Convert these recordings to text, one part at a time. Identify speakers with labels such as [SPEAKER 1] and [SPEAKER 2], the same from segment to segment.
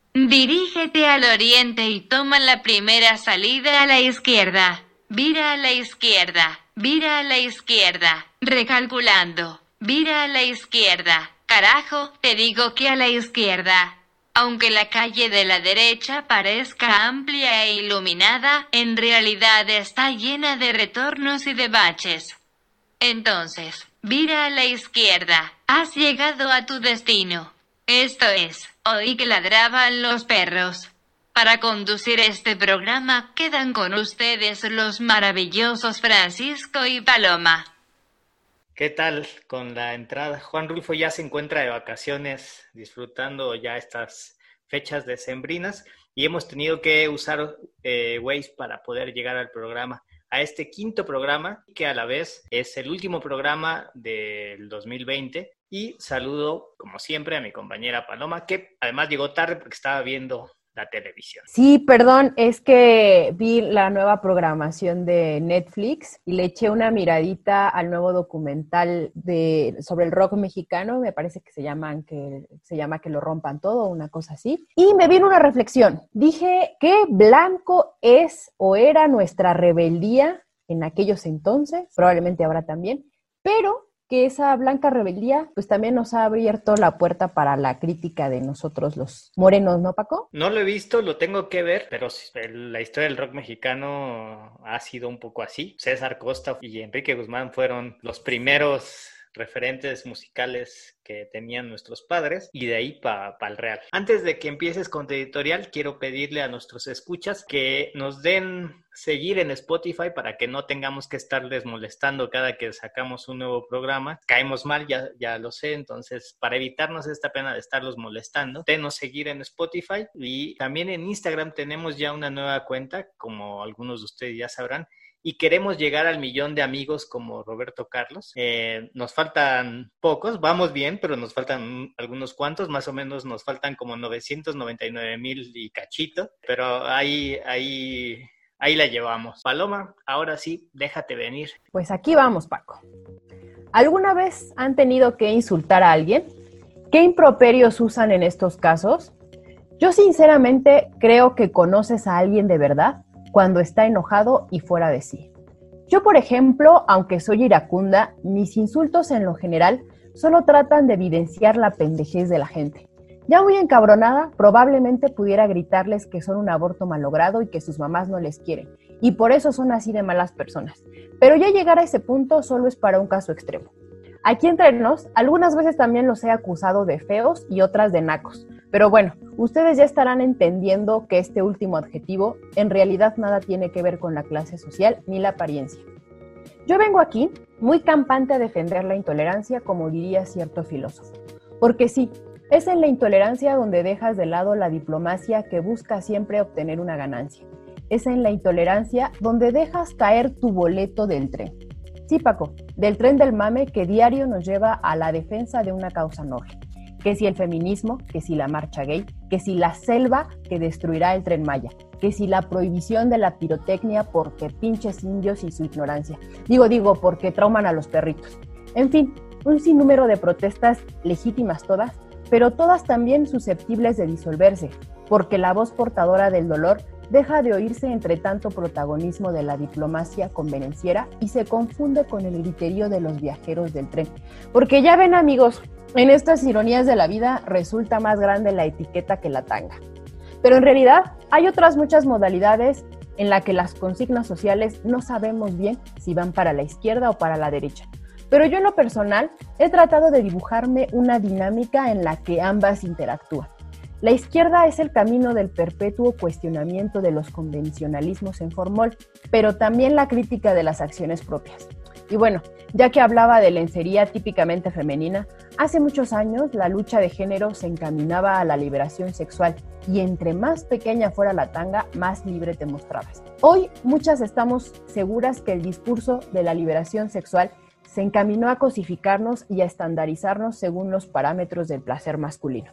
[SPEAKER 1] Dirígete al oriente y toma la primera salida a la izquierda. Vira a la izquierda, vira a la izquierda, recalculando, vira a la izquierda. Carajo, te digo que a la izquierda. Aunque la calle de la derecha parezca amplia e iluminada, en realidad está llena de retornos y de baches. Entonces, vira a la izquierda. Has llegado a tu destino. Esto es, oí que ladraban los perros. Para conducir este programa quedan con ustedes los maravillosos Francisco y Paloma.
[SPEAKER 2] ¿Qué tal con la entrada? Juan Rulfo ya se encuentra de vacaciones, disfrutando ya estas fechas decembrinas y hemos tenido que usar Waze para poder llegar al programa, a este quinto programa que a la vez es el último programa del 2020 y saludo como siempre a mi compañera Paloma que además llegó tarde porque estaba viendo la televisión.
[SPEAKER 3] Sí, perdón, es que vi la nueva programación de Netflix y le eché una miradita al nuevo documental sobre el rock mexicano, me parece que se llama Que lo rompan todo, una cosa así. Y me vino una reflexión. Dije, ¿qué blanco es o era nuestra rebeldía en aquellos entonces? Probablemente ahora también, pero que esa blanca rebeldía pues también nos ha abierto la puerta para la crítica de nosotros los morenos, ¿no, Paco?
[SPEAKER 2] No lo he visto, lo tengo que ver, pero la historia del rock mexicano ha sido un poco así. César Costa y Enrique Guzmán fueron los primeros referentes musicales que tenían nuestros padres y de ahí para el real. Antes de que empieces con tu editorial, quiero pedirle a nuestros escuchas que nos den seguir en Spotify para que no tengamos que estarles molestando cada que sacamos un nuevo programa. Caemos mal, ya lo sé, entonces para evitarnos esta pena de estarlos molestando, denos seguir en Spotify y también en Instagram tenemos ya una nueva cuenta, como algunos de ustedes ya sabrán, y queremos llegar al 1,000,000 de amigos como Roberto Carlos. Nos faltan pocos, vamos bien, pero nos faltan algunos cuantos, más o menos nos faltan como 999,000 y cachito, pero ahí la llevamos. Paloma, ahora sí, déjate venir.
[SPEAKER 3] Pues aquí vamos, Paco. ¿Alguna vez han tenido que insultar a alguien? ¿Qué improperios usan en estos casos? Yo sinceramente creo que conoces a alguien de verdad cuando está enojado y fuera de sí. Yo, por ejemplo, aunque soy iracunda, mis insultos en lo general solo tratan de evidenciar la pendejez de la gente. Ya muy encabronada, probablemente pudiera gritarles que son un aborto malogrado y que sus mamás no les quieren, y por eso son así de malas personas. Pero ya llegar a ese punto solo es para un caso extremo. Aquí entre nos, algunas veces también los he acusado de feos y otras de nacos. Pero bueno, ustedes ya estarán entendiendo que este último adjetivo en realidad nada tiene que ver con la clase social ni la apariencia. Yo vengo aquí muy campante a defender la intolerancia, como diría cierto filósofo. Porque sí, es en la intolerancia donde dejas de lado la diplomacia que busca siempre obtener una ganancia. Es en la intolerancia donde dejas caer tu boleto del tren. Sí, Paco, del tren del mame que diario nos lleva a la defensa de una causa noble. Que si el feminismo, que si la marcha gay, que si la selva que destruirá el Tren Maya, que si la prohibición de la pirotecnia porque pinches indios y su ignorancia. Digo, porque trauman a los perritos. En fin, un sinnúmero de protestas legítimas todas, pero todas también susceptibles de disolverse, porque la voz portadora del dolor deja de oírse entre tanto protagonismo de la diplomacia convenenciera y se confunde con el griterío de los viajeros del tren. Porque ya ven, amigos, en estas ironías de la vida resulta más grande la etiqueta que la tanga. Pero en realidad hay otras muchas modalidades en las que las consignas sociales no sabemos bien si van para la izquierda o para la derecha. Pero yo en lo personal he tratado de dibujarme una dinámica en la que ambas interactúan. La izquierda es el camino del perpetuo cuestionamiento de los convencionalismos en formol, pero también la crítica de las acciones propias. Y bueno, ya que hablaba de lencería típicamente femenina, hace muchos años la lucha de género se encaminaba a la liberación sexual y entre más pequeña fuera la tanga, más libre te mostrabas. Hoy muchas estamos seguras que el discurso de la liberación sexual se encaminó a cosificarnos y a estandarizarnos según los parámetros del placer masculino.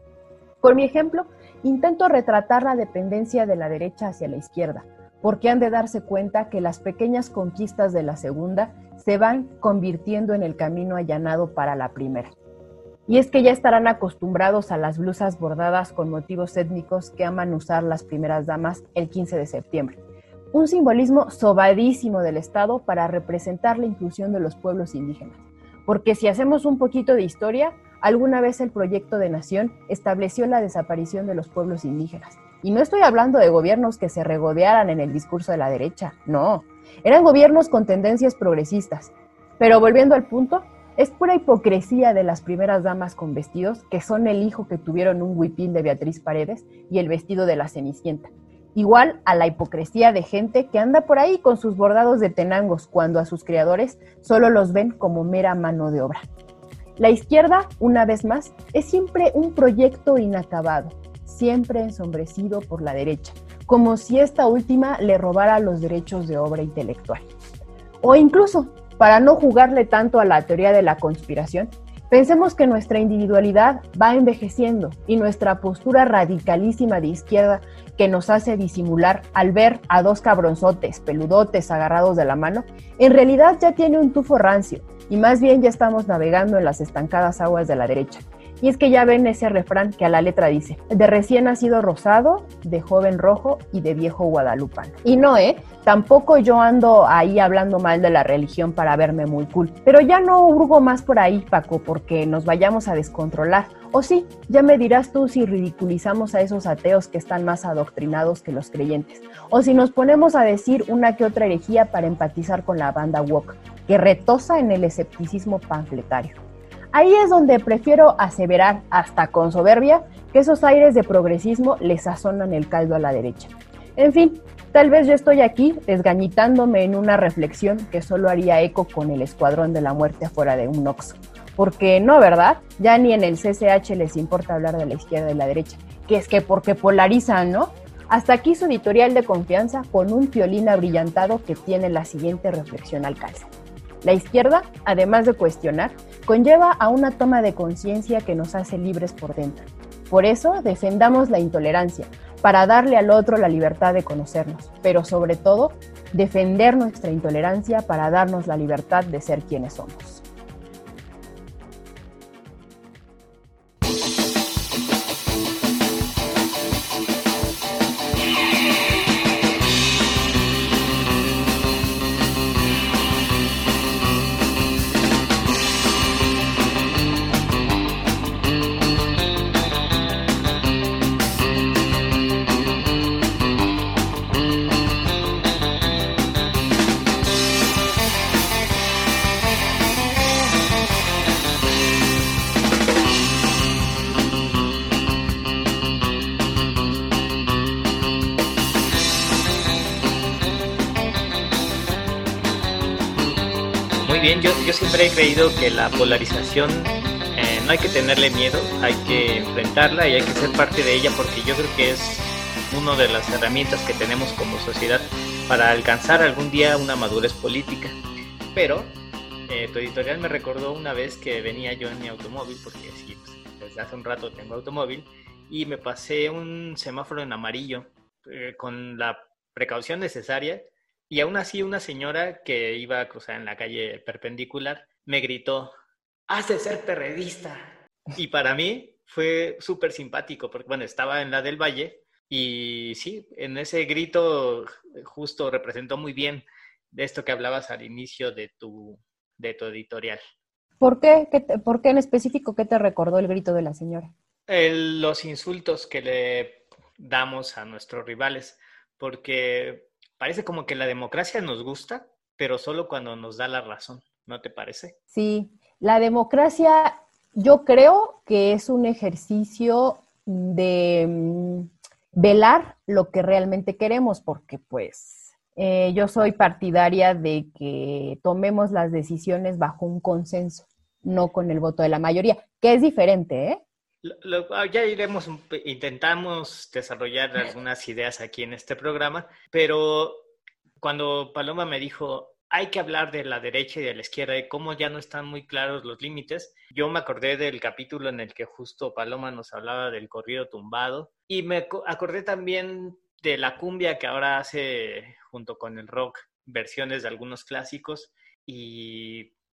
[SPEAKER 3] Por mi ejemplo, intento retratar la dependencia de la derecha hacia la izquierda, porque han de darse cuenta que las pequeñas conquistas de la segunda se van convirtiendo en el camino allanado para la primera. Y es que ya estarán acostumbrados a las blusas bordadas con motivos étnicos que aman usar las primeras damas el 15 de septiembre. Un simbolismo sobadísimo del Estado para representar la inclusión de los pueblos indígenas. Porque si hacemos un poquito de historia, alguna vez el proyecto de nación estableció la desaparición de los pueblos indígenas. Y no estoy hablando de gobiernos que se regodearan en el discurso de la derecha, no. Eran gobiernos con tendencias progresistas. Pero volviendo al punto, es pura hipocresía de las primeras damas con vestidos que son el hijo que tuvieron un huipil de Beatriz Paredes y el vestido de la Cenicienta. Igual a la hipocresía de gente que anda por ahí con sus bordados de tenangos cuando a sus creadores solo los ven como mera mano de obra. La izquierda, una vez más, es siempre un proyecto inacabado, siempre ensombrecido por la derecha, como si esta última le robara los derechos de obra intelectual. O incluso, para no jugarle tanto a la teoría de la conspiración, pensemos que nuestra individualidad va envejeciendo y nuestra postura radicalísima de izquierda que nos hace disimular al ver a dos cabronzotes, peludotes agarrados de la mano, en realidad ya tiene un tufo rancio y más bien ya estamos navegando en las estancadas aguas de la derecha. Y es que ya ven ese refrán que a la letra dice, de recién nacido rosado, de joven rojo y de viejo guadalupano. Y no, tampoco yo ando ahí hablando mal de la religión para verme muy cool. Pero ya no hurgo más por ahí, Paco, porque nos vayamos a descontrolar. O sí, ya me dirás tú si ridiculizamos a esos ateos que están más adoctrinados que los creyentes. O si nos ponemos a decir una que otra herejía para empatizar con la banda woke, que retosa en el escepticismo panfletario. Ahí es donde prefiero aseverar, hasta con soberbia, que esos aires de progresismo le sazonan el caldo a la derecha. En fin, tal vez yo estoy aquí desgañitándome en una reflexión que solo haría eco con el escuadrón de la muerte afuera de un Oxxo. Porque no, ¿verdad? Ya ni en el CCH les importa hablar de la izquierda y la derecha. Que es que porque polarizan, ¿no? Hasta aquí su editorial de confianza con un violín abrillantado que tiene la siguiente reflexión al calce. La izquierda, además de cuestionar, conlleva a una toma de conciencia que nos hace libres por dentro. Por eso, defendamos la intolerancia, para darle al otro la libertad de conocernos, pero sobre todo, defender nuestra intolerancia para darnos la libertad de ser quienes somos.
[SPEAKER 2] Bien, yo siempre he creído que la polarización no hay que tenerle miedo, hay que enfrentarla y hay que ser parte de ella porque yo creo que es una de las herramientas que tenemos como sociedad para alcanzar algún día una madurez política. Pero tu editorial me recordó una vez que venía yo en mi automóvil, porque sí, pues, desde hace un rato tengo automóvil, y me pasé un semáforo en amarillo con la precaución necesaria. Y aún así una señora que iba a cruzar en la calle perpendicular me gritó, ¡has de ser perredista! Y para mí fue súper simpático, porque bueno, estaba en la del Valle y sí, en ese grito justo representó muy bien de esto que hablabas al inicio de tu editorial.
[SPEAKER 3] ¿Por qué? ¿Por qué en específico? ¿Qué te recordó el grito de la señora?
[SPEAKER 2] Los insultos que le damos a nuestros rivales, porque parece como que la democracia nos gusta, pero solo cuando nos da la razón, ¿no te parece?
[SPEAKER 3] Sí, la democracia yo creo que es un ejercicio de velar lo que realmente queremos, porque pues yo soy partidaria de que tomemos las decisiones bajo un consenso, no con el voto de la mayoría, que es diferente, ¿eh?
[SPEAKER 2] Ya intentamos desarrollar algunas ideas aquí en este programa, pero cuando Paloma me dijo, hay que hablar de la derecha y de la izquierda y cómo ya no están muy claros los límites, yo me acordé del capítulo en el que justo Paloma nos hablaba del corrido tumbado y me acordé también de la cumbia que ahora hace junto con el rock versiones de algunos clásicos y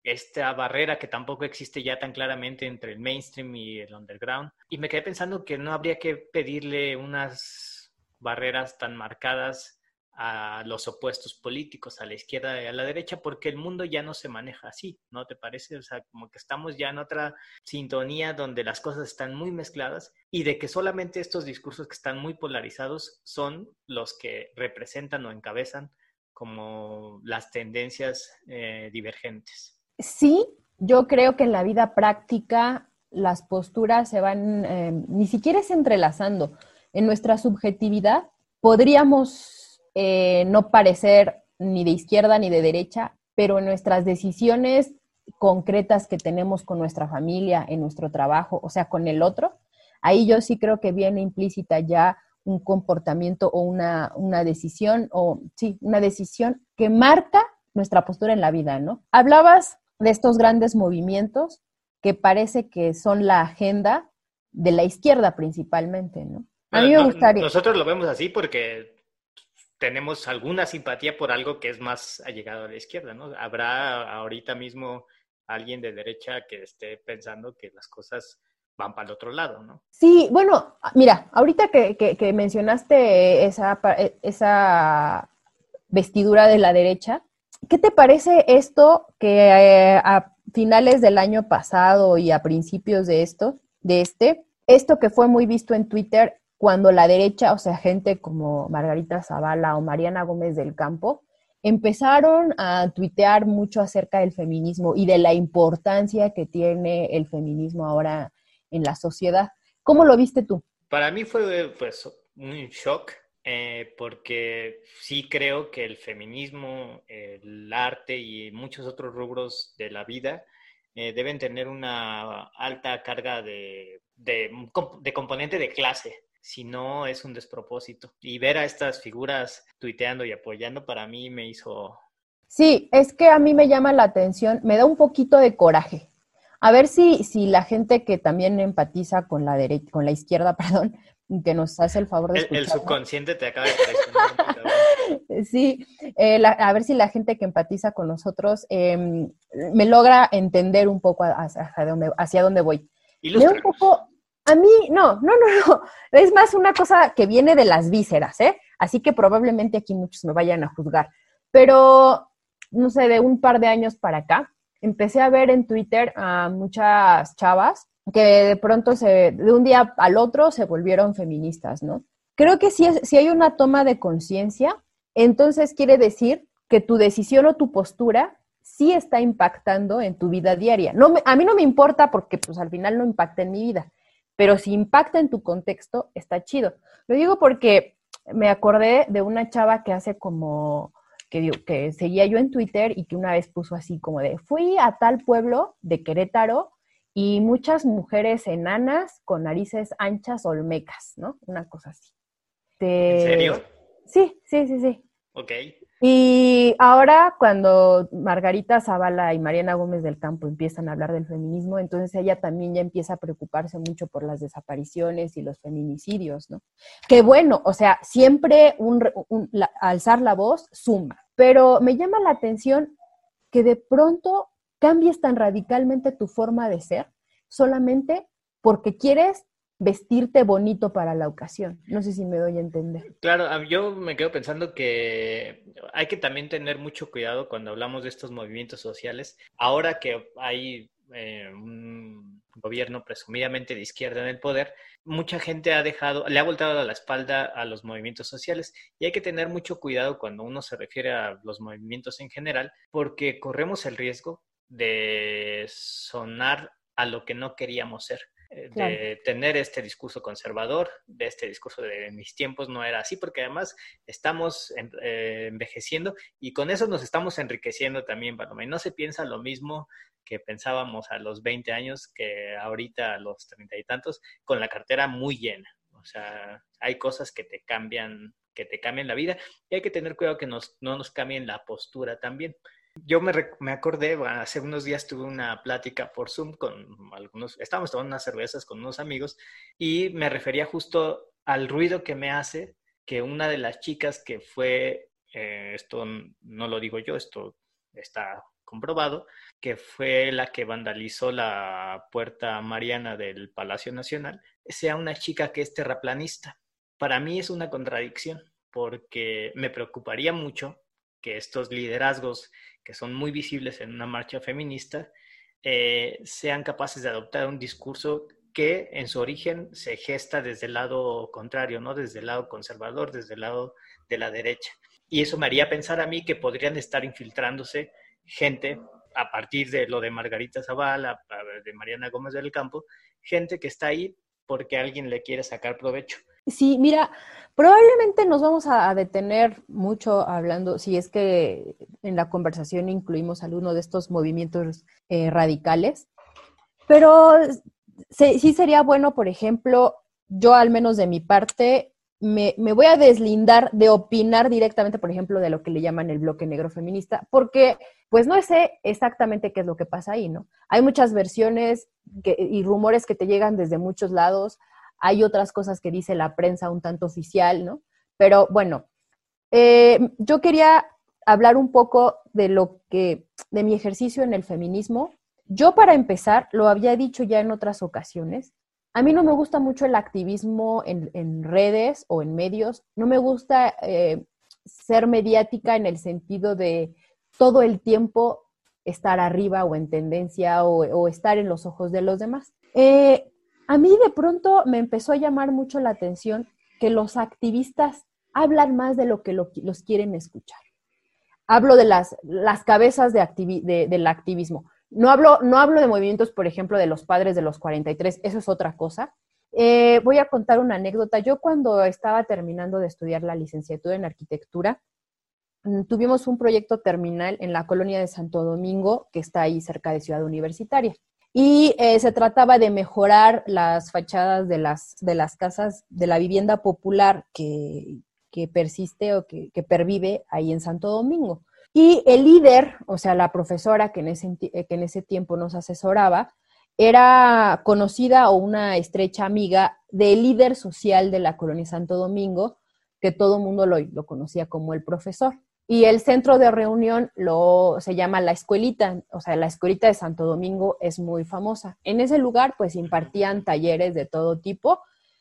[SPEAKER 2] esta barrera que tampoco existe ya tan claramente entre el mainstream y el underground. Y me quedé pensando que no habría que pedirle unas barreras tan marcadas a los opuestos políticos, a la izquierda y a la derecha, porque el mundo ya no se maneja así, ¿no te parece? O sea, como que estamos ya en otra sintonía donde las cosas están muy mezcladas y de que solamente estos discursos que están muy polarizados son los que representan o encabezan como las tendencias divergentes.
[SPEAKER 3] Sí, yo creo que en la vida práctica las posturas se van, ni siquiera es entrelazando. En nuestra subjetividad podríamos no parecer ni de izquierda ni de derecha, pero en nuestras decisiones concretas que tenemos con nuestra familia, en nuestro trabajo, o sea, con el otro, ahí yo sí creo que viene implícita ya un comportamiento o una decisión, o sí, una decisión que marca nuestra postura en la vida, ¿no? Hablabas de estos grandes movimientos que parece que son la agenda de la izquierda principalmente, ¿no? A mí me gustaría...
[SPEAKER 2] Nosotros lo vemos así porque tenemos alguna simpatía por algo que es más allegado a la izquierda, ¿no? Habrá ahorita mismo alguien de derecha que esté pensando que las cosas van para el otro lado, ¿no?
[SPEAKER 3] Sí, bueno, mira, ahorita que mencionaste esa vestidura de la derecha, ¿qué te parece esto que a finales del año pasado y a principios de esto que fue muy visto en Twitter cuando la derecha, o sea, gente como Margarita Zavala o Mariana Gómez del Campo, empezaron a tuitear mucho acerca del feminismo y de la importancia que tiene el feminismo ahora en la sociedad? ¿Cómo lo viste tú?
[SPEAKER 2] Para mí fue pues un shock porque sí creo que el feminismo, el arte y muchos otros rubros de la vida deben tener una alta carga de componente de clase. Si no, es un despropósito. Y ver a estas figuras tuiteando y apoyando para mí me hizo...
[SPEAKER 3] Sí, es que a mí me llama la atención, me da un poquito de coraje. A ver si la gente que también empatiza con la derecha, con la izquierda, perdón, que nos hace el favor de escuchar.
[SPEAKER 2] El subconsciente te acaba de traicionar.
[SPEAKER 3] Sí, a ver si la gente que empatiza con nosotros me logra entender un poco hacia dónde voy. Me da un poco, a mí, no, es más una cosa que viene de las vísceras, así que probablemente aquí muchos me vayan a juzgar, pero no sé, de un par de años para acá, empecé a ver en Twitter a muchas chavas que de pronto de un día al otro se volvieron feministas, ¿no? Creo que si hay una toma de conciencia, entonces quiere decir que tu decisión o tu postura sí está impactando en tu vida diaria. A mí no me importa porque pues al final no impacta en mi vida, pero si impacta en tu contexto, está chido. Lo digo porque me acordé de una chava que hace como... que seguía yo en Twitter y que una vez puso así como de, fui a tal pueblo de Querétaro y muchas mujeres enanas con narices anchas olmecas, ¿no? Una cosa así.
[SPEAKER 2] ¿En serio?
[SPEAKER 3] Sí.
[SPEAKER 2] Ok.
[SPEAKER 3] Y ahora cuando Margarita Zavala y Mariana Gómez del Campo empiezan a hablar del feminismo, entonces ella también ya empieza a preocuparse mucho por las desapariciones y los feminicidios, ¿no? Que bueno, o sea, siempre alzar la voz suma, pero me llama la atención que de pronto cambies tan radicalmente tu forma de ser solamente porque quieres vestirte bonito para la ocasión. No sé si me doy a entender.
[SPEAKER 2] Claro, yo me quedo pensando que hay que también tener mucho cuidado cuando hablamos de estos movimientos sociales. Ahora que hay un gobierno presumidamente de izquierda en el poder, mucha gente le ha voltado la espalda a los movimientos sociales y hay que tener mucho cuidado cuando uno se refiere a los movimientos en general, porque corremos el riesgo de sonar a lo que no queríamos ser.
[SPEAKER 3] Claro.
[SPEAKER 2] De tener este discurso conservador, de este discurso de mis tiempos no era así, porque además estamos envejeciendo y con eso nos estamos enriqueciendo también, Paloma. Y no se piensa lo mismo que pensábamos a los 20 años que ahorita a los 30 y tantos, con la cartera muy llena. O sea, hay cosas que te cambian la vida y hay que tener cuidado que no nos cambien la postura también. Yo me acordé, hace unos días tuve una plática por Zoom estábamos tomando unas cervezas con unos amigos y me refería justo al ruido que me hace que una de las chicas que fue, esto no lo digo yo, esto está comprobado, que fue la que vandalizó la Puerta Mariana del Palacio Nacional, sea una chica que es terraplanista. Para mí es una contradicción, porque me preocuparía mucho que estos liderazgos que son muy visibles en una marcha feminista sean capaces de adoptar un discurso que en su origen se gesta desde el lado contrario, ¿no? Desde el lado conservador, desde el lado de la derecha. Y eso me haría pensar a mí que podrían estar infiltrándose gente a partir de lo de Margarita Zavala, de Mariana Gómez del Campo, gente que está ahí porque alguien le quiere sacar provecho.
[SPEAKER 3] Sí, mira, probablemente nos vamos a detener mucho hablando, si es que en la conversación incluimos alguno de estos movimientos radicales, pero sí sería bueno, por ejemplo, yo al menos de mi parte, me voy a deslindar de opinar directamente, por ejemplo, de lo que le llaman el bloque negro feminista, porque pues no sé exactamente qué es lo que pasa ahí, ¿no? Hay muchas versiones y rumores que te llegan desde muchos lados. Hay otras cosas que dice la prensa un tanto oficial, ¿no? Pero bueno, yo quería hablar un poco de mi ejercicio en el feminismo. Yo, para empezar, lo había dicho ya en otras ocasiones, a mí no me gusta mucho el activismo en redes o en medios. No me gusta ser mediática en el sentido de todo el tiempo estar arriba o en tendencia o estar en los ojos de los demás. A mí de pronto me empezó a llamar mucho la atención que los activistas hablan más de lo que los quieren escuchar. Hablo de las cabezas del activismo. No hablo de movimientos, por ejemplo, de los padres de los 43, eso es otra cosa. Voy a contar una anécdota. Yo, cuando estaba terminando de estudiar la licenciatura en arquitectura, tuvimos un proyecto terminal en la colonia de Santo Domingo, que está ahí cerca de Ciudad Universitaria. Y se trataba de mejorar las fachadas de las casas de la vivienda popular que persiste o que pervive ahí en Santo Domingo. Y el líder, o sea, la profesora que en ese tiempo nos asesoraba, era conocida o una estrecha amiga del líder social de la colonia Santo Domingo, que todo el mundo lo conocía como el profesor. Y el centro de reunión se llama La Escuelita, o sea, la Escuelita de Santo Domingo es muy famosa. En ese lugar, pues, impartían talleres de todo tipo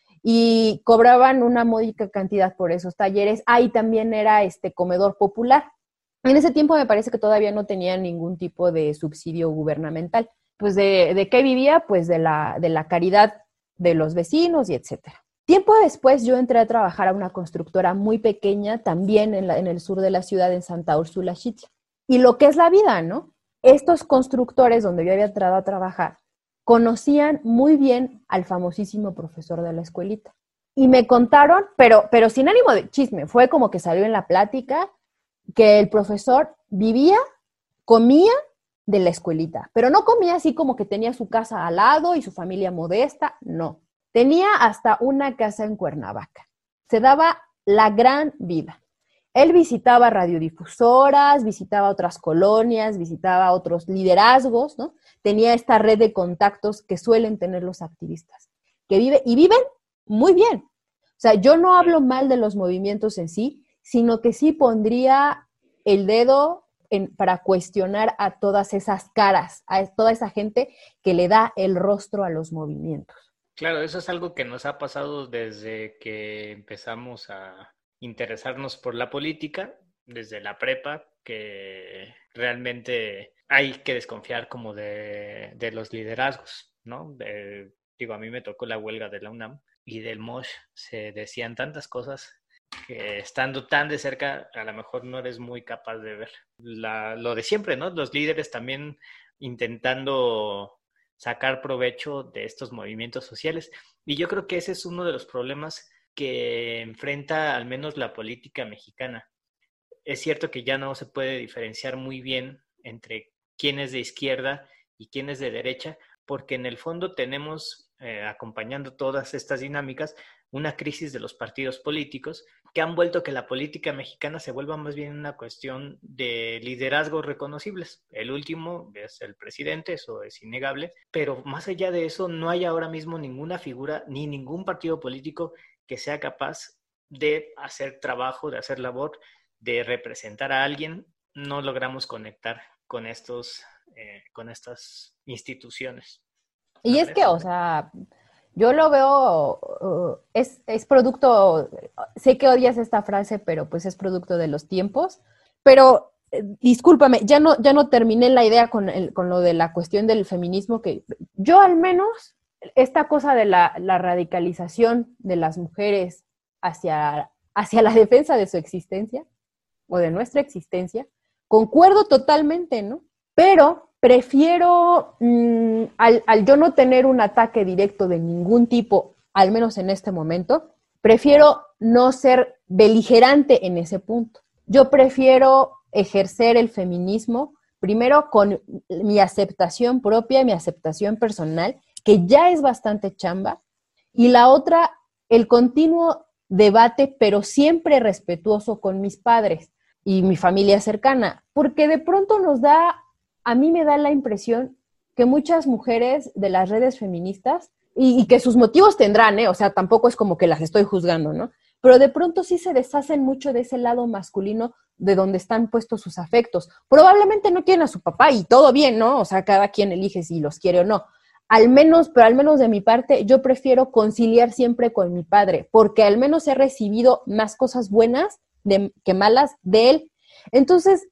[SPEAKER 3] y cobraban una módica cantidad por esos talleres. Ahí también era comedor popular. En ese tiempo me parece que todavía no tenían ningún tipo de subsidio gubernamental. Pues, ¿de qué vivía? Pues de la caridad de los vecinos y etcétera. Tiempo después yo entré a trabajar a una constructora muy pequeña, también en el sur de la ciudad, en Santa Úrsula, Xitla. Y lo que es la vida, ¿no? Estos constructores donde yo había entrado a trabajar conocían muy bien al famosísimo profesor de la escuelita. Y me contaron, pero sin ánimo de chisme, fue como que salió en la plática, que el profesor vivía, comía de la escuelita, pero no comía así como que tenía su casa al lado y su familia modesta, no. Tenía hasta una casa en Cuernavaca. Se daba la gran vida. Él visitaba radiodifusoras, visitaba otras colonias, visitaba otros liderazgos, ¿no? Tenía esta red de contactos que suelen tener los activistas, que viven muy bien. O sea, yo no hablo mal de los movimientos en sí, sino que sí pondría el dedo para cuestionar a todas esas caras, a toda esa gente que le da el rostro a los movimientos.
[SPEAKER 2] Claro, eso es algo que nos ha pasado desde que empezamos a interesarnos por la política, desde la prepa, que realmente hay que desconfiar como de los liderazgos, ¿no? A mí me tocó la huelga de la UNAM y del MOSH se decían tantas cosas que estando tan de cerca a lo mejor no eres muy capaz de ver. Lo de siempre, ¿no? Los líderes también intentando sacar provecho de estos movimientos sociales. Y yo creo que ese es uno de los problemas que enfrenta al menos la política mexicana. Es cierto que ya no se puede diferenciar muy bien entre quién es de izquierda y quién es de derecha, porque en el fondo tenemos, acompañando todas estas dinámicas, una crisis de los partidos políticos que han vuelto que la política mexicana se vuelva más bien una cuestión de liderazgos reconocibles. El último es el presidente, eso es innegable, pero más allá de eso no hay ahora mismo ninguna figura ni ningún partido político que sea capaz de hacer trabajo, de hacer labor, de representar a alguien. No logramos conectar con estas instituciones.
[SPEAKER 3] Y es que, o sea, yo lo veo, es producto, sé que odias esta frase, pero pues es producto de los tiempos, pero discúlpame, ya no terminé la idea con lo de la cuestión del feminismo, que yo al menos, esta cosa de la radicalización de las mujeres hacia la defensa de su existencia, o de nuestra existencia, concuerdo totalmente, ¿no? Pero prefiero, al yo no tener un ataque directo de ningún tipo, al menos en este momento, prefiero no ser beligerante en ese punto. Yo prefiero ejercer el feminismo, primero con mi aceptación propia, mi aceptación personal, que ya es bastante chamba, y la otra, el continuo debate, pero siempre respetuoso con mis padres y mi familia cercana, porque de pronto a mí me da la impresión que muchas mujeres de las redes feministas, y que sus motivos tendrán, o sea, tampoco es como que las estoy juzgando, ¿no? Pero de pronto sí se deshacen mucho de ese lado masculino de donde están puestos sus afectos. Probablemente no quieren a su papá y todo bien, ¿no? O sea, cada quien elige si los quiere o no. Al menos de mi parte, yo prefiero conciliar siempre con mi padre, porque al menos he recibido más cosas buenas que malas de él. Entonces,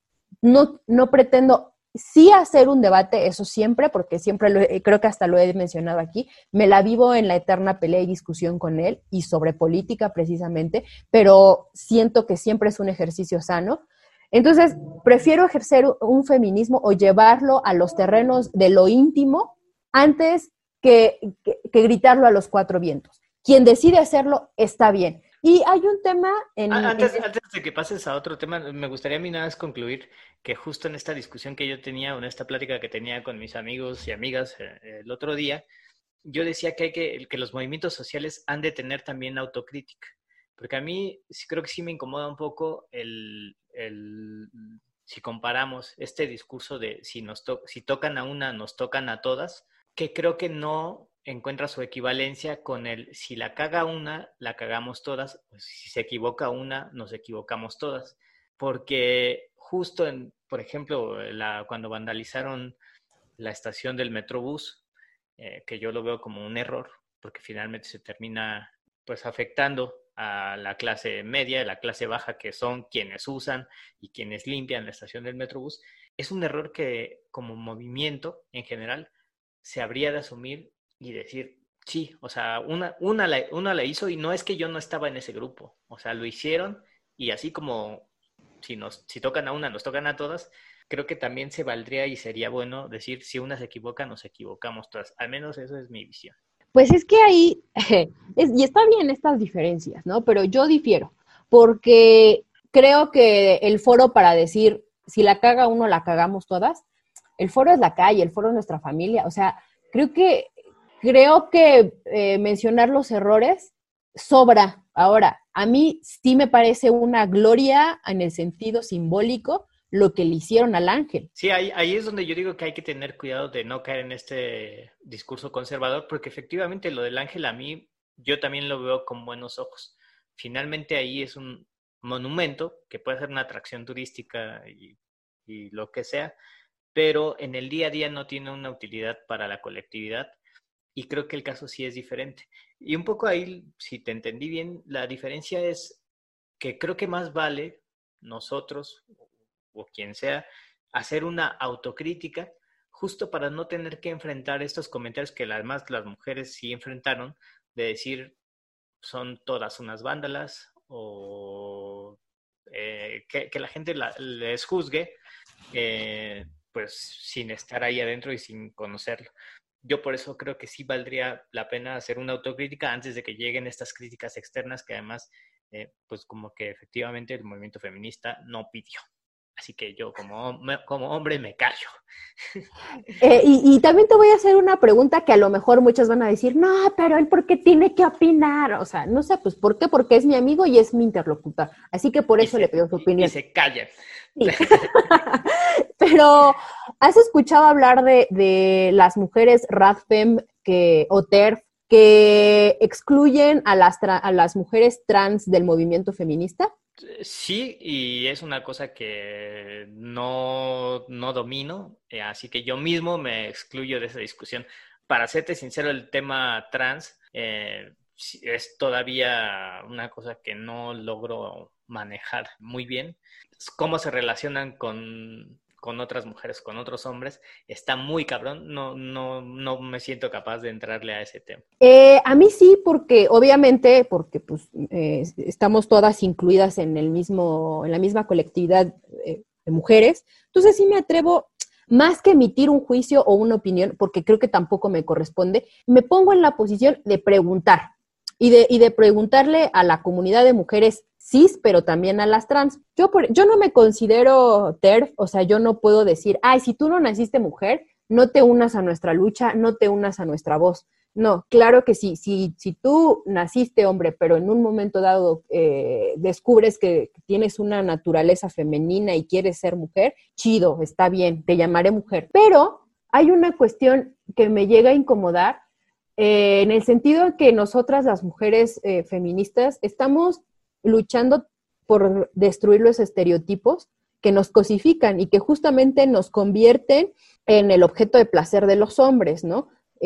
[SPEAKER 3] no pretendo sí hacer un debate, eso siempre, porque siempre creo que hasta lo he mencionado aquí, me la vivo en la eterna pelea y discusión con él, y sobre política precisamente, pero siento que siempre es un ejercicio sano. Entonces, prefiero ejercer un feminismo o llevarlo a los terrenos de lo íntimo antes que gritarlo a los cuatro vientos. Quien decide hacerlo está bien. Y hay un tema
[SPEAKER 2] Antes de que pases a otro tema, me gustaría a mí nada más concluir que justo en esta discusión que yo tenía, o en esta plática que tenía con mis amigos y amigas el otro día, yo decía que los movimientos sociales han de tener también autocrítica. Porque a mí creo que sí me incomoda un poco si comparamos este discurso de si tocan a una, nos tocan a todas, que creo que no encuentra su equivalencia con si la caga una, la cagamos todas, pues si se equivoca una, nos equivocamos todas. Porque justo por ejemplo, cuando vandalizaron la estación del Metrobús, que yo lo veo como un error, porque finalmente se termina pues afectando a la clase media, a la clase baja, que son quienes usan y quienes limpian la estación del Metrobús. Es un error que como movimiento en general se habría de asumir y decir, sí, o sea, una la hizo, y no es que yo no estaba en ese grupo, o sea, lo hicieron, y así como si tocan a una, nos tocan a todas, creo que también se valdría y sería bueno decir, si una se equivoca, nos equivocamos todas. Al menos eso es mi visión.
[SPEAKER 3] Pues es que ahí, y está bien estas diferencias, ¿no? Pero yo difiero, porque creo que el foro para decir, si la caga uno, la cagamos todas, el foro es la calle, el foro es nuestra familia, o sea, creo que mencionar los errores sobra. Ahora, a mí sí me parece una gloria en el sentido simbólico lo que le hicieron al ángel.
[SPEAKER 2] Sí, ahí es donde yo digo que hay que tener cuidado de no caer en este discurso conservador, porque efectivamente lo del ángel a mí, yo también lo veo con buenos ojos. Finalmente ahí es un monumento que puede ser una atracción turística y lo que sea, pero en el día a día no tiene una utilidad para la colectividad, y creo que el caso sí es diferente. Y un poco ahí, si te entendí bien, la diferencia es que creo que más vale nosotros, o quien sea, hacer una autocrítica, justo para no tener que enfrentar estos comentarios que además las mujeres sí enfrentaron, de decir, son todas unas vándalas, o que la gente les juzgue, pues sin estar ahí adentro y sin conocerlo. Yo por eso creo que sí valdría la pena hacer una autocrítica antes de que lleguen estas críticas externas que además, pues como que efectivamente el movimiento feminista no pidió. Así que yo como hombre me callo.
[SPEAKER 3] Y también te voy a hacer una pregunta que a lo mejor muchos van a decir, no, pero él ¿por qué tiene que opinar? O sea, no sé, pues ¿por qué? Porque es mi amigo y es mi interlocutor. Así que por eso le pido su opinión.
[SPEAKER 2] Y se callan.
[SPEAKER 3] Sí. Pero, ¿has escuchado hablar de las mujeres RADFEM o TERF que excluyen a las mujeres trans del movimiento feminista?
[SPEAKER 2] Sí, y es una cosa que no domino, así que yo mismo me excluyo de esa discusión. Para serte sincero, el tema trans sí, es todavía una cosa que no logro manejar muy bien. Cómo se relacionan con otras mujeres, con otros hombres, está muy cabrón. No me siento capaz de entrarle a ese tema.
[SPEAKER 3] A mí sí, porque obviamente, porque pues estamos todas incluidas en en la misma colectividad de mujeres, entonces sí me atrevo, más que emitir un juicio o una opinión, porque creo que tampoco me corresponde, me pongo en la posición de preguntar y de preguntarle a la comunidad de mujeres cis, pero también a las trans. Yo no me considero TERF, o sea, yo no puedo decir, ay, si tú no naciste mujer, no te unas a nuestra lucha, no te unas a nuestra voz. No, claro que sí. Si tú naciste hombre, pero en un momento dado descubres que tienes una naturaleza femenina y quieres ser mujer, chido, está bien, te llamaré mujer. Pero hay una cuestión que me llega a incomodar en el sentido de que nosotras las mujeres feministas estamos luchando por destruir los estereotipos que nos cosifican y que justamente nos convierten en el objeto de placer de los hombres, ¿no?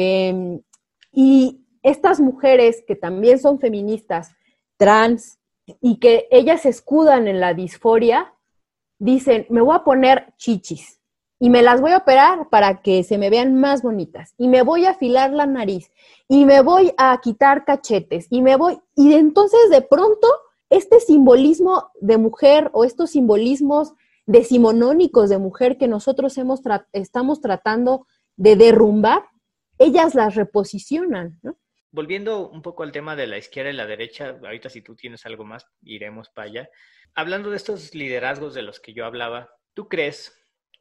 [SPEAKER 3] Y estas mujeres que también son feministas, trans, y que ellas se escudan en la disforia, dicen, me voy a poner chichis y me las voy a operar para que se me vean más bonitas y me voy a afilar la nariz y me voy a quitar cachetes y entonces de pronto este simbolismo de mujer o estos simbolismos decimonónicos de mujer que nosotros estamos tratando de derrumbar, ellas las reposicionan, ¿no?
[SPEAKER 2] Volviendo un poco al tema de la izquierda y la derecha, ahorita si tú tienes algo más, iremos para allá. Hablando de estos liderazgos de los que yo hablaba, ¿tú crees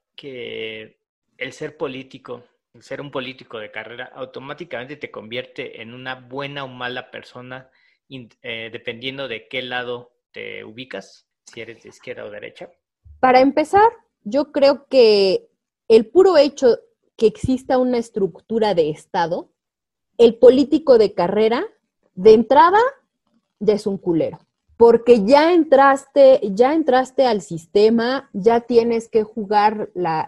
[SPEAKER 2] que el ser político, el ser un político de carrera, automáticamente te convierte en una buena o mala persona, dependiendo de qué lado te ubicas, si eres de izquierda o derecha?
[SPEAKER 3] Para empezar, yo creo que el puro hecho que exista una estructura de Estado, el político de carrera, de entrada, ya es un culero. Porque ya entraste al sistema, ya tienes que jugar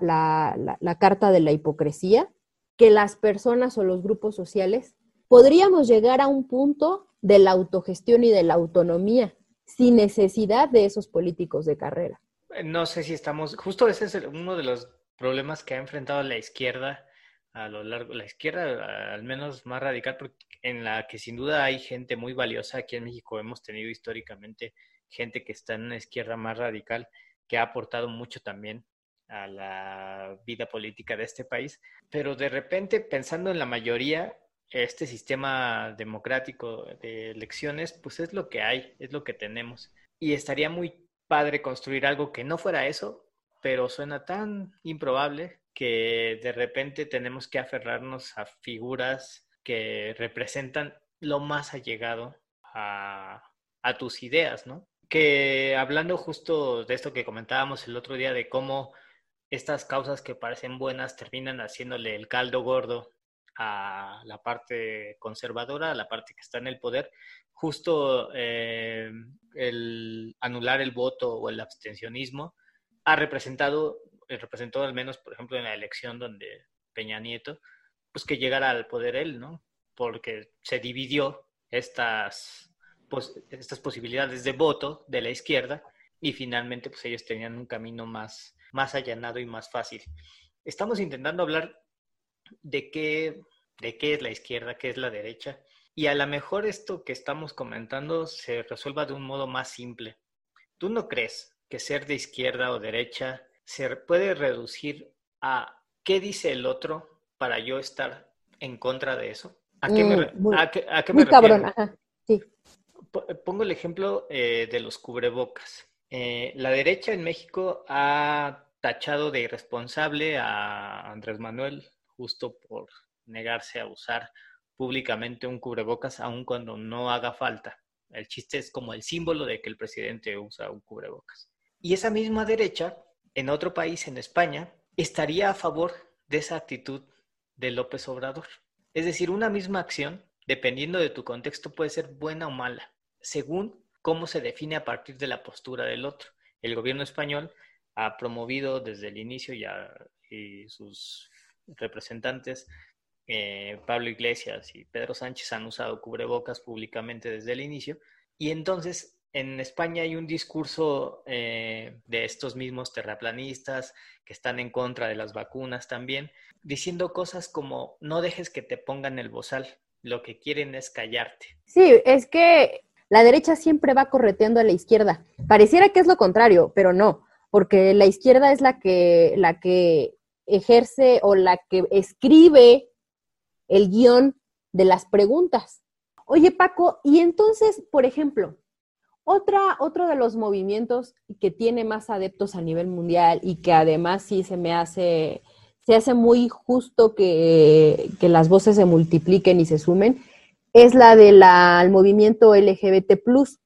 [SPEAKER 3] la carta de la hipocresía, que las personas o los grupos sociales podríamos llegar a un punto de la autogestión y de la autonomía, sin necesidad de esos políticos de carrera.
[SPEAKER 2] No sé si estamos, justo ese es uno de los problemas que ha enfrentado la izquierda a lo largo, la izquierda al menos más radical, porque en la que sin duda hay gente muy valiosa. Aquí en México hemos tenido históricamente gente que está en una izquierda más radical, que ha aportado mucho también a la vida política de este país, pero de repente pensando en la mayoría, este sistema democrático de elecciones, pues es lo que hay, es lo que tenemos. Y estaría muy padre construir algo que no fuera eso, pero suena tan improbable que de repente tenemos que aferrarnos a figuras que representan lo más allegado a tus ideas, ¿no? Que hablando justo de esto que comentábamos el otro día, de cómo estas causas que parecen buenas terminan haciéndole el caldo gordo a la parte conservadora, a la parte que está en el poder, justo el anular el voto o el abstencionismo representó al menos, por ejemplo, en la elección donde Peña Nieto, pues que llegara al poder él, ¿no? Porque se dividió estas posibilidades de voto de la izquierda y finalmente pues ellos tenían un camino más allanado y más fácil. Estamos intentando hablar de qué es la izquierda, qué es la derecha, y a lo mejor esto que estamos comentando se resuelva de un modo más simple. ¿Tú no crees que ser de izquierda o derecha se puede reducir a qué dice el otro para yo estar en contra de eso? ¿A qué me
[SPEAKER 3] muy
[SPEAKER 2] refiero?
[SPEAKER 3] Cabrón, ajá, sí.
[SPEAKER 2] Pongo el ejemplo de los cubrebocas. La derecha en México ha tachado de irresponsable a Andrés Manuel justo por negarse a usar públicamente un cubrebocas aun cuando no haga falta. El chiste es como el símbolo de que el presidente usa un cubrebocas. Y esa misma derecha, en otro país, en España, estaría a favor de esa actitud de López Obrador. Es decir, una misma acción, dependiendo de tu contexto, puede ser buena o mala, según cómo se define a partir de la postura del otro. El gobierno español ha promovido desde el inicio y sus representantes, Pablo Iglesias y Pedro Sánchez, han usado cubrebocas públicamente desde el inicio. Y entonces en España hay un discurso de estos mismos terraplanistas que están en contra de las vacunas también, diciendo cosas como no dejes que te pongan el bozal, lo que quieren es callarte.
[SPEAKER 3] Sí, es que la derecha siempre va correteando a la izquierda. Pareciera que es lo contrario, pero no, porque la izquierda es la que ejerce o la que escribe el guión de las preguntas. Oye, Paco, y entonces, por ejemplo, otro de los movimientos que tiene más adeptos a nivel mundial y que además sí se hace muy justo que las voces se multipliquen y se sumen, es la del movimiento LGBT+.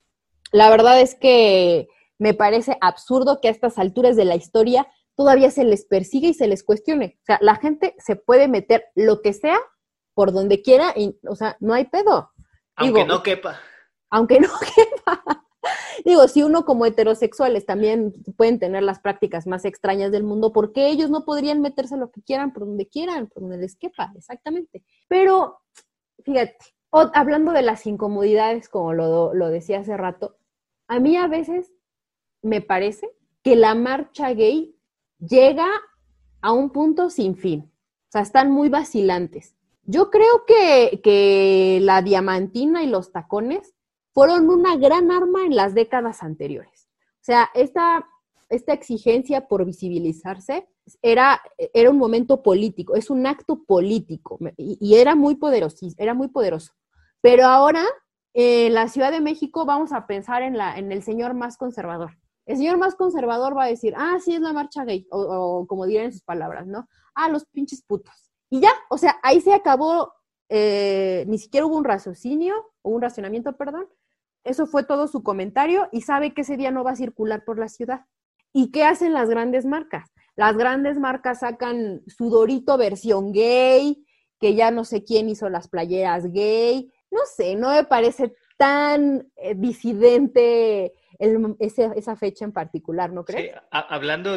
[SPEAKER 3] La verdad es que me parece absurdo que a estas alturas de la historia todavía se les persigue y se les cuestione. O sea, la gente se puede meter lo que sea por donde quiera y, o sea, no hay pedo.
[SPEAKER 2] Aunque no quepa.
[SPEAKER 3] Aunque no quepa. Digo, si uno como heterosexuales también pueden tener las prácticas más extrañas del mundo, ¿por qué ellos no podrían meterse lo que quieran, por donde les quepa? Exactamente. Pero, fíjate, hablando de las incomodidades, como lo decía hace rato, a mí a veces me parece que la marcha gay llega a un punto sin fin. O sea, están muy vacilantes. Yo creo que la diamantina y los tacones fueron una gran arma en las décadas anteriores. O sea, esta exigencia por visibilizarse era un momento político, es un acto político y era muy poderoso. Pero ahora, en la Ciudad de México, vamos a pensar en el señor más conservador. El señor más conservador va a decir, sí, es la marcha gay, o como dirían en sus palabras, ¿no? Los pinches putos. Y ya, o sea, ahí se acabó, ni siquiera hubo un racionamiento, perdón. Eso fue todo su comentario y sabe que ese día no va a circular por la ciudad. ¿Y qué hacen las grandes marcas? Las grandes marcas sacan su Dorito versión gay, que ya no sé quién hizo las playeras gay. No sé, no me parece tan disidente esa fecha en particular, ¿no crees?
[SPEAKER 2] Sí, hablando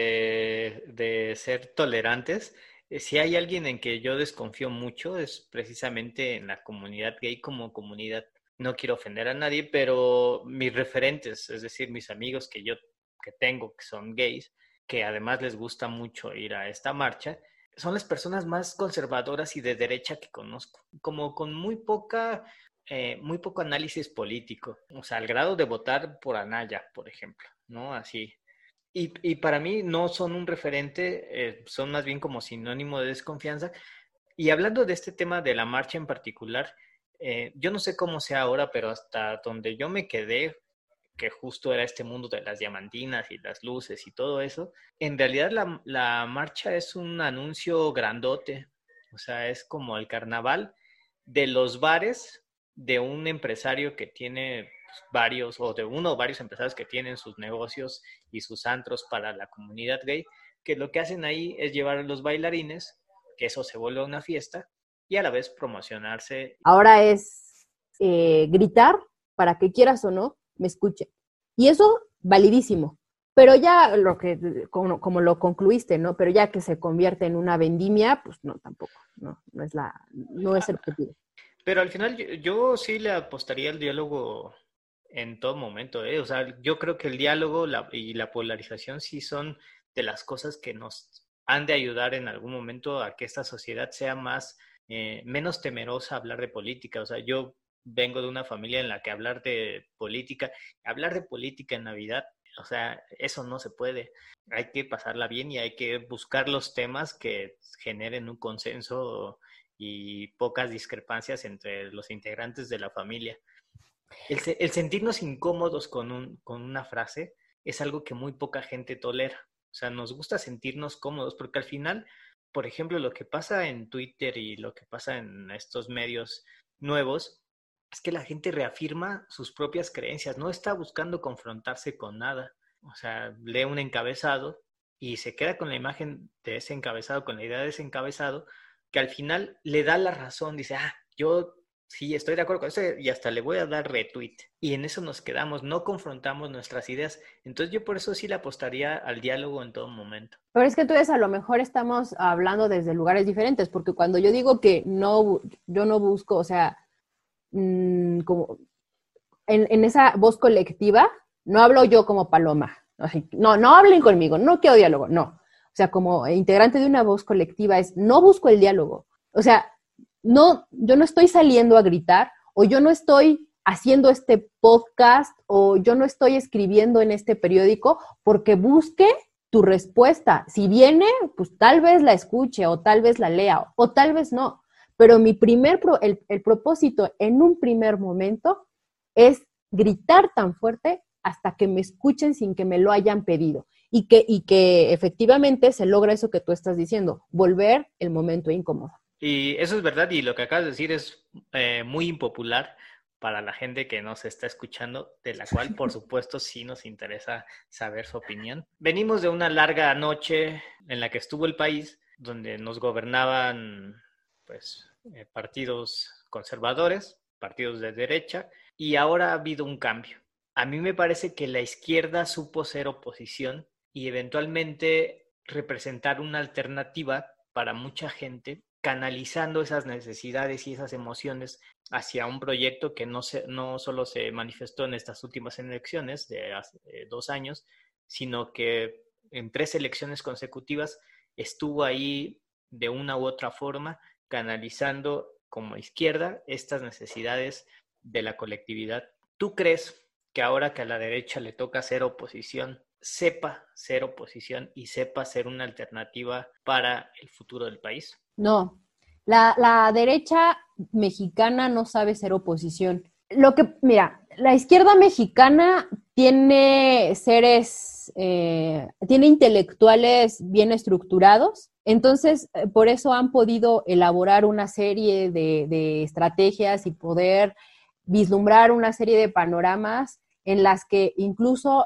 [SPEAKER 2] de ser tolerantes, si hay alguien en que yo desconfío mucho es precisamente en la comunidad gay como comunidad. No quiero ofender a nadie, pero mis referentes, es decir, mis amigos que tengo que son gays, que además les gusta mucho ir a esta marcha, son las personas más conservadoras y de derecha que conozco, como con muy poco análisis político, o sea, al grado de votar por Anaya, por ejemplo, ¿no? Así. Y para mí no son un referente, son más bien como sinónimo de desconfianza. Y hablando de este tema de la marcha en particular, yo no sé cómo sea ahora, pero hasta donde yo me quedé, que justo era este mundo de las diamantinas y las luces y todo eso, en realidad la marcha es un anuncio grandote, o sea, es como el carnaval de los bares de un empresario que tiene varios, o de uno o varios empresarios que tienen sus negocios y sus antros para la comunidad gay, que lo que hacen ahí es llevar a los bailarines, que eso se vuelve una fiesta, y a la vez promocionarse.
[SPEAKER 3] Ahora es gritar para que quieras o no, me escuchen. Y eso, validísimo. Pero ya como lo concluiste, ¿no? Pero ya que se convierte en una vendimia, pues no, tampoco. No es el objetivo.
[SPEAKER 2] Pero al final yo sí le apostaría al diálogo en todo momento, ¿eh? O sea, yo creo que el diálogo y la polarización sí son de las cosas que nos han de ayudar en algún momento a que esta sociedad sea menos temerosa a hablar de política. O sea, yo vengo de una familia en la que hablar de política en Navidad, o sea, eso no se puede. Hay que pasarla bien y hay que buscar los temas que generen un consenso y pocas discrepancias entre los integrantes de la familia. El sentirnos incómodos con una frase es algo que muy poca gente tolera. O sea, nos gusta sentirnos cómodos porque al final, por ejemplo, lo que pasa en Twitter y lo que pasa en estos medios nuevos es que la gente reafirma sus propias creencias, no está buscando confrontarse con nada. O sea, lee un encabezado y se queda con la imagen de ese encabezado, con la idea de ese encabezado, que al final le da la razón, dice, yo Sí, estoy de acuerdo con eso y hasta le voy a dar retweet. Y en eso nos quedamos, no confrontamos nuestras ideas. Entonces yo por eso sí le apostaría al diálogo en todo momento.
[SPEAKER 3] Pero es que entonces a lo mejor estamos hablando desde lugares diferentes, porque cuando yo digo que no, yo no busco, o sea, como en esa voz colectiva, no hablo yo como Paloma. Así, no hablen conmigo, no quiero diálogo, no. O sea, como integrante de una voz colectiva no busco el diálogo. O sea, no, yo no estoy saliendo a gritar, o yo no estoy haciendo este podcast, o yo no estoy escribiendo en este periódico porque busque tu respuesta. Si viene, pues tal vez la escuche, o tal vez la lea, o tal vez no. Pero el propósito en un primer momento es gritar tan fuerte hasta que me escuchen sin que me lo hayan pedido. Y que efectivamente se logra eso que tú estás diciendo, volver el momento incómodo.
[SPEAKER 2] Y eso es verdad, y lo que acabas de decir es muy impopular para la gente que nos está escuchando, de la cual, por supuesto, sí nos interesa saber su opinión. Venimos de una larga noche en la que estuvo el país, donde nos gobernaban pues, partidos conservadores, partidos de derecha, y ahora ha habido un cambio. A mí me parece que la izquierda supo ser oposición y eventualmente representar una alternativa para mucha gente, canalizando esas necesidades y esas emociones hacia un proyecto que no solo se manifestó en estas últimas elecciones de hace 2 años, sino que en 3 elecciones consecutivas estuvo ahí de una u otra forma canalizando como izquierda estas necesidades de la colectividad. ¿Tú crees que ahora que a la derecha le toca ser oposición, sepa ser oposición y sepa ser una alternativa para el futuro del país?
[SPEAKER 3] No, la derecha mexicana no sabe ser oposición. Mira, la izquierda mexicana tiene tiene intelectuales bien estructurados, entonces por eso han podido elaborar una serie de estrategias y poder vislumbrar una serie de panoramas en las que incluso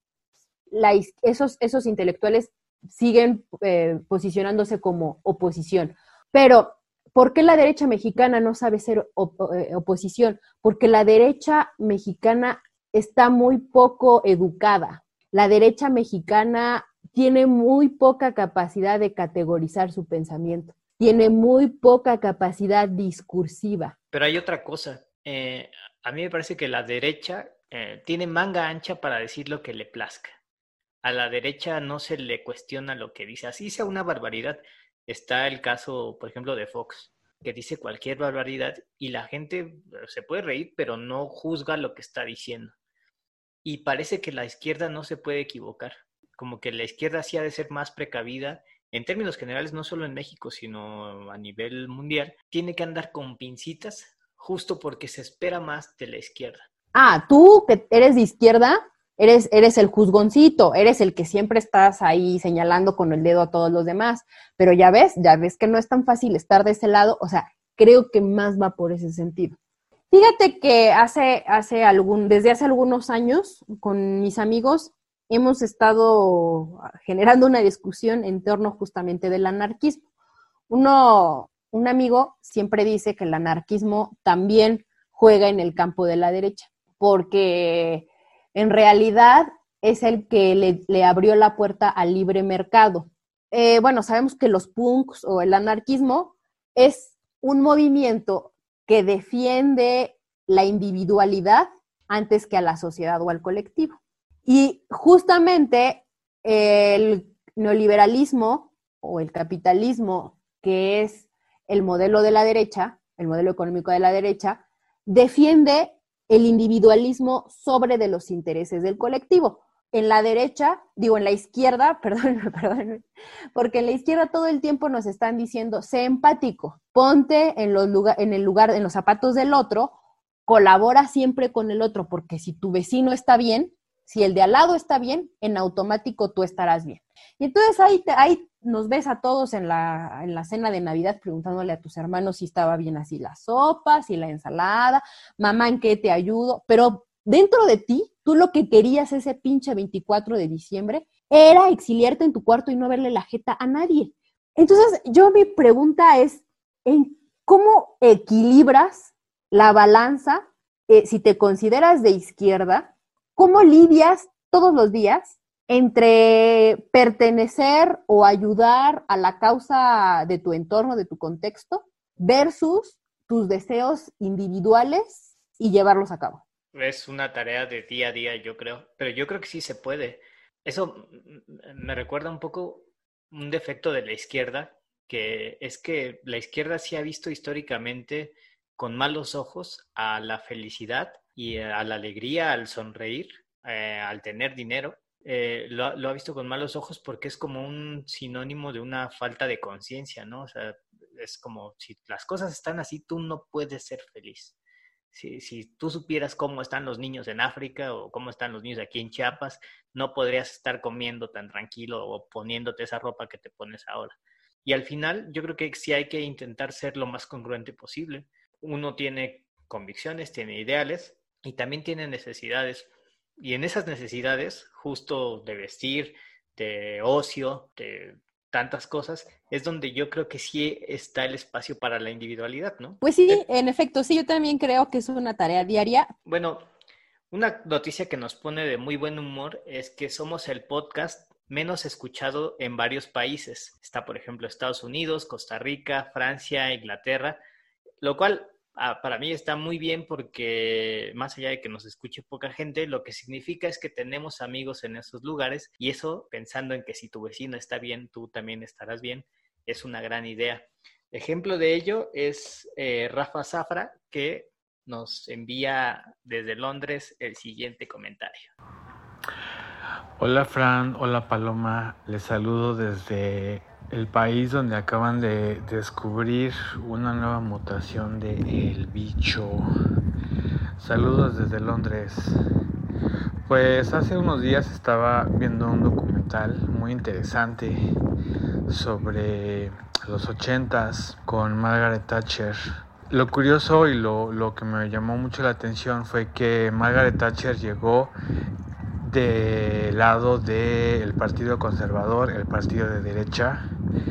[SPEAKER 3] esos intelectuales siguen posicionándose como oposición. Pero, ¿por qué la derecha mexicana no sabe ser oposición? Porque la derecha mexicana está muy poco educada. La derecha mexicana tiene muy poca capacidad de categorizar su pensamiento. Tiene muy poca capacidad discursiva.
[SPEAKER 2] Pero hay otra cosa. A mí me parece que la derecha tiene manga ancha para decir lo que le plazca. A la derecha no se le cuestiona lo que dice. Así sea una barbaridad. Está el caso, por ejemplo, de Fox, que dice cualquier barbaridad y la gente se puede reír, pero no juzga lo que está diciendo. Y parece que la izquierda no se puede equivocar. Como que la izquierda sí ha de ser más precavida. En términos generales, no solo en México, sino a nivel mundial, tiene que andar con pincitas justo porque se espera más de la izquierda.
[SPEAKER 3] Ah, tú que eres de izquierda, eres el juzgoncito, eres el que siempre estás ahí señalando con el dedo a todos los demás, pero ya ves que no es tan fácil estar de ese lado, o sea, creo que más va por ese sentido. Fíjate que desde hace algunos años, con mis amigos, hemos estado generando una discusión en torno justamente del anarquismo. Un amigo siempre dice que el anarquismo también juega en el campo de la derecha, porque en realidad es el que le abrió la puerta al libre mercado. Bueno, sabemos que los punks o el anarquismo es un movimiento que defiende la individualidad antes que a la sociedad o al colectivo. Y justamente el neoliberalismo o el capitalismo, que es el modelo de la derecha, el modelo económico de la derecha, defiende el individualismo sobre de los intereses del colectivo. En la izquierda, perdón, porque en la izquierda todo el tiempo nos están diciendo, sé empático, ponte en los zapatos del otro, colabora siempre con el otro, porque si tu vecino está bien, si el de al lado está bien, en automático tú estarás bien. Y entonces ahí nos ves a todos en la cena de Navidad preguntándole a tus hermanos si estaba bien así la sopa, si la ensalada, mamá, ¿en qué te ayudo? Pero dentro de ti, tú lo que querías ese pinche 24 de diciembre era exiliarte en tu cuarto y no verle la jeta a nadie. Entonces, mi pregunta es, ¿en cómo equilibras la balanza, si te consideras de izquierda, ¿cómo lidias todos los días entre pertenecer o ayudar a la causa de tu entorno, de tu contexto, versus tus deseos individuales y llevarlos a cabo?
[SPEAKER 2] Es una tarea de día a día, yo creo, pero yo creo que sí se puede. Eso me recuerda un poco un defecto de la izquierda, que es que la izquierda sí ha visto históricamente con malos ojos a la felicidad y a la alegría, al sonreír, al tener dinero. Lo ha visto con malos ojos porque es como un sinónimo de una falta de conciencia, ¿no? O sea, es como si las cosas están así, tú no puedes ser feliz. Si tú supieras cómo están los niños en África o cómo están los niños aquí en Chiapas, no podrías estar comiendo tan tranquilo o poniéndote esa ropa que te pones ahora. Y al final, yo creo que sí hay que intentar ser lo más congruente posible. Uno tiene convicciones, tiene ideales y también tiene necesidades. Y en esas necesidades, justo de vestir, de ocio, de tantas cosas, es donde yo creo que sí está el espacio para la individualidad, ¿no?
[SPEAKER 3] Pues sí, en efecto, sí, yo también creo que es una tarea diaria.
[SPEAKER 2] Bueno, una noticia que nos pone de muy buen humor es que somos el podcast menos escuchado en varios países. Está, por ejemplo, Estados Unidos, Costa Rica, Francia, Inglaterra, lo cual para mí está muy bien porque más allá de que nos escuche poca gente, lo que significa es que tenemos amigos en esos lugares y eso, pensando en que si tu vecino está bien, tú también estarás bien, es una gran idea. Ejemplo de ello es Rafa Zafra, que nos envía desde Londres el siguiente comentario.
[SPEAKER 4] Hola Fran, hola Paloma, les saludo desde el país donde acaban de descubrir una nueva mutación del bicho. Saludos desde Londres. Pues hace unos días estaba viendo un documental muy interesante sobre los 80s con Margaret Thatcher. Lo curioso y lo que me llamó mucho la atención fue que Margaret Thatcher llegó del lado del Partido Conservador, el partido de derecha.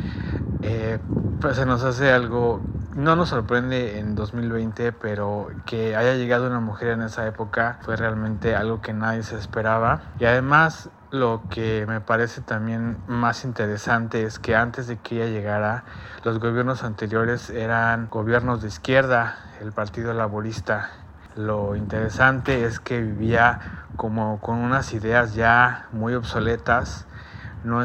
[SPEAKER 4] Pues se nos hace algo, no nos sorprende en 2020, pero que haya llegado una mujer en esa época fue realmente algo que nadie se esperaba. Y además, lo que me parece también más interesante es que antes de que ella llegara, los gobiernos anteriores eran gobiernos de izquierda, el Partido Laborista. Lo interesante es que vivía como con unas ideas ya muy obsoletas, no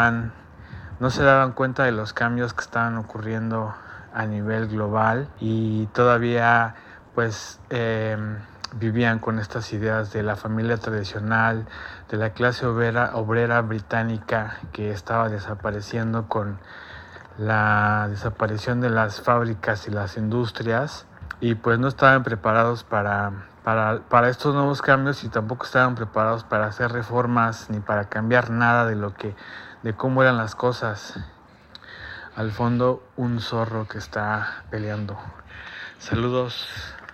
[SPEAKER 4] se daban cuenta de los cambios que estaban ocurriendo a nivel global y todavía pues vivían con estas ideas de la familia tradicional, de la clase obrera británica que estaba desapareciendo con la desaparición de las fábricas y las industrias. Y pues no estaban preparados para estos nuevos cambios y tampoco estaban preparados para hacer reformas ni para cambiar nada de cómo eran las cosas. Al fondo, un zorro que está peleando. Saludos.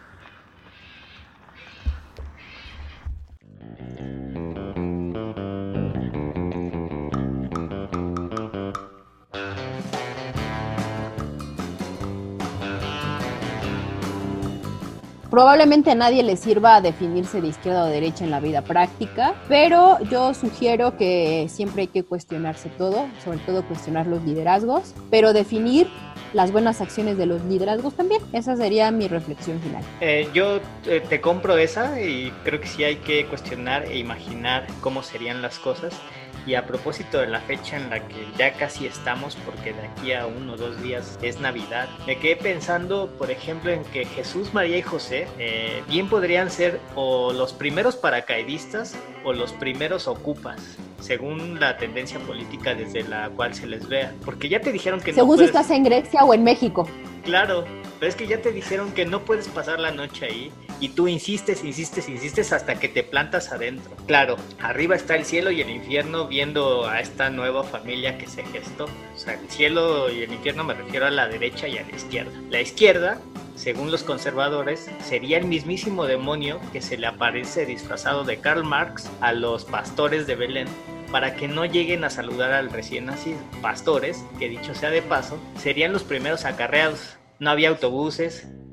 [SPEAKER 3] Probablemente a nadie le sirva a definirse de izquierda o derecha en la vida práctica, pero yo sugiero que siempre hay que cuestionarse todo, sobre todo cuestionar los liderazgos, pero definir las buenas acciones de los liderazgos también. Esa sería mi reflexión final.
[SPEAKER 2] Yo te compro esa y creo que sí hay que cuestionar e imaginar cómo serían las cosas. Y a propósito de la fecha en la que ya casi estamos, porque de aquí a 1 o 2 días es Navidad, me quedé pensando, por ejemplo, en que Jesús, María y José bien podrían ser o los primeros paracaidistas o los primeros ocupas, según la tendencia política desde la cual se les vea. Porque ya te dijeron que
[SPEAKER 3] según
[SPEAKER 2] no puedes...
[SPEAKER 3] si estás en Grecia o en México.
[SPEAKER 2] Claro, pero es que ya te dijeron que no puedes pasar la noche ahí y tú insistes hasta que te plantas adentro. Claro, arriba está el cielo y el infierno viendo a esta nueva familia que se gestó. O sea, el cielo y el infierno me refiero a la derecha y a la izquierda. La izquierda, según los conservadores, sería el mismísimo demonio que se le aparece disfrazado de Karl Marx a los pastores de Belén, para que no lleguen a saludar al recién nacido. Pastores, que dicho sea de paso, serían los primeros acarreados. No había autobuses,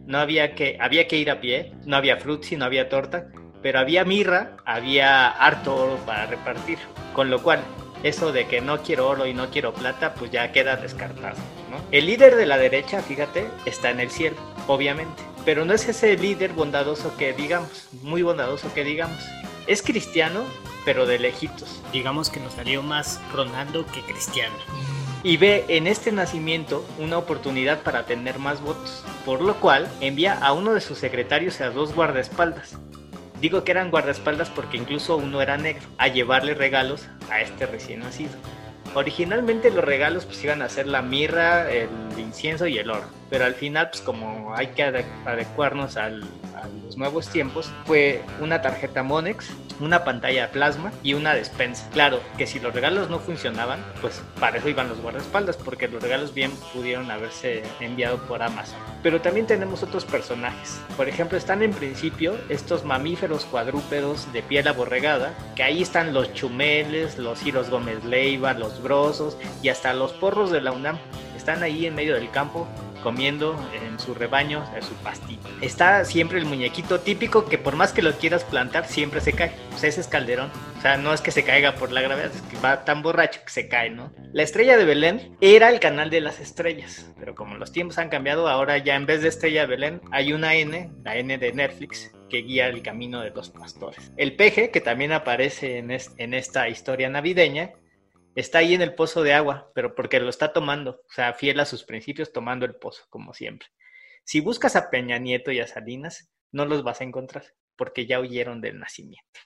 [SPEAKER 2] había que ir a pie, no había frutzi, no había torta, pero había mirra, había harto oro para repartir, con lo cual eso de que no quiero oro y no quiero plata, pues ya queda descartado, ¿no? El líder de la derecha, fíjate, está en el cielo, obviamente, pero no es ese líder bondadoso que digamos, muy bondadoso que digamos. Es cristiano, pero de lejitos.
[SPEAKER 5] Digamos que nos salió más Ronaldo que Cristiano.
[SPEAKER 2] Y ve en este nacimiento una oportunidad para tener más votos, por lo cual envía a uno de sus secretarios y a 2 guardaespaldas. Digo que eran guardaespaldas porque incluso uno era negro, a llevarle regalos a este recién nacido. Originalmente los regalos pues iban a ser la mirra, el incienso y el oro, pero al final pues como hay que adecuarnos a los nuevos tiempos, fue una tarjeta Monex, una pantalla plasma y una despensa. Claro que si los regalos no funcionaban, pues para eso iban los guardaespaldas, porque los regalos bien pudieron haberse enviado por Amazon. Pero también tenemos otros personajes. Por ejemplo, están en principio estos mamíferos cuadrúpedos de piel aborregada, que ahí están los chumeles, los Ciros Gómez Leiva, los brosos y hasta los porros de la UNAM. Están ahí en medio del campo comiendo en su rebaño su pastito. Está siempre el muñequito típico que por más que lo quieras plantar siempre se cae. Pues ese es Calderón. O sea, no es que se caiga por la gravedad, es que va tan borracho que se cae, ¿no? La Estrella de Belén era el canal de las estrellas, pero como los tiempos han cambiado, ahora ya en vez de Estrella de Belén hay una N, la N de Netflix, que guía el camino de los pastores. El peje, que también aparece en esta historia navideña, está ahí en el pozo de agua, pero porque lo está tomando, o sea, fiel a sus principios, tomando el pozo, como siempre. Si buscas a Peña Nieto y a Salinas, no los vas a encontrar, porque ya huyeron del nacimiento.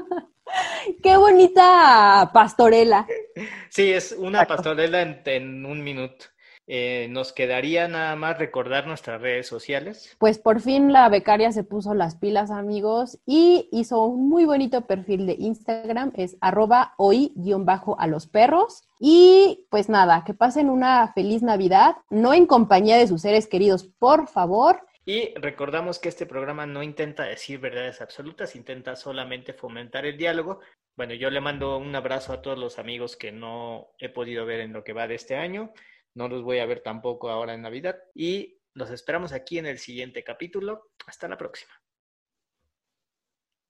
[SPEAKER 6] ¡Qué bonita pastorela!
[SPEAKER 2] Sí, es una pastorela en un minuto. Nos quedaría nada más recordar nuestras redes sociales.
[SPEAKER 6] Pues por fin la becaria se puso las pilas, amigos, y hizo un muy bonito perfil de Instagram, es @oi_a-los-perros. Y pues nada, que pasen una feliz Navidad, no en compañía de sus seres queridos, por favor.
[SPEAKER 2] Y recordamos que este programa no intenta decir verdades absolutas, intenta solamente fomentar el diálogo. Bueno, yo le mando un abrazo a todos los amigos que no he podido ver en lo que va de este año. No los voy a ver tampoco ahora en Navidad. Y los esperamos aquí en el siguiente capítulo. Hasta la próxima.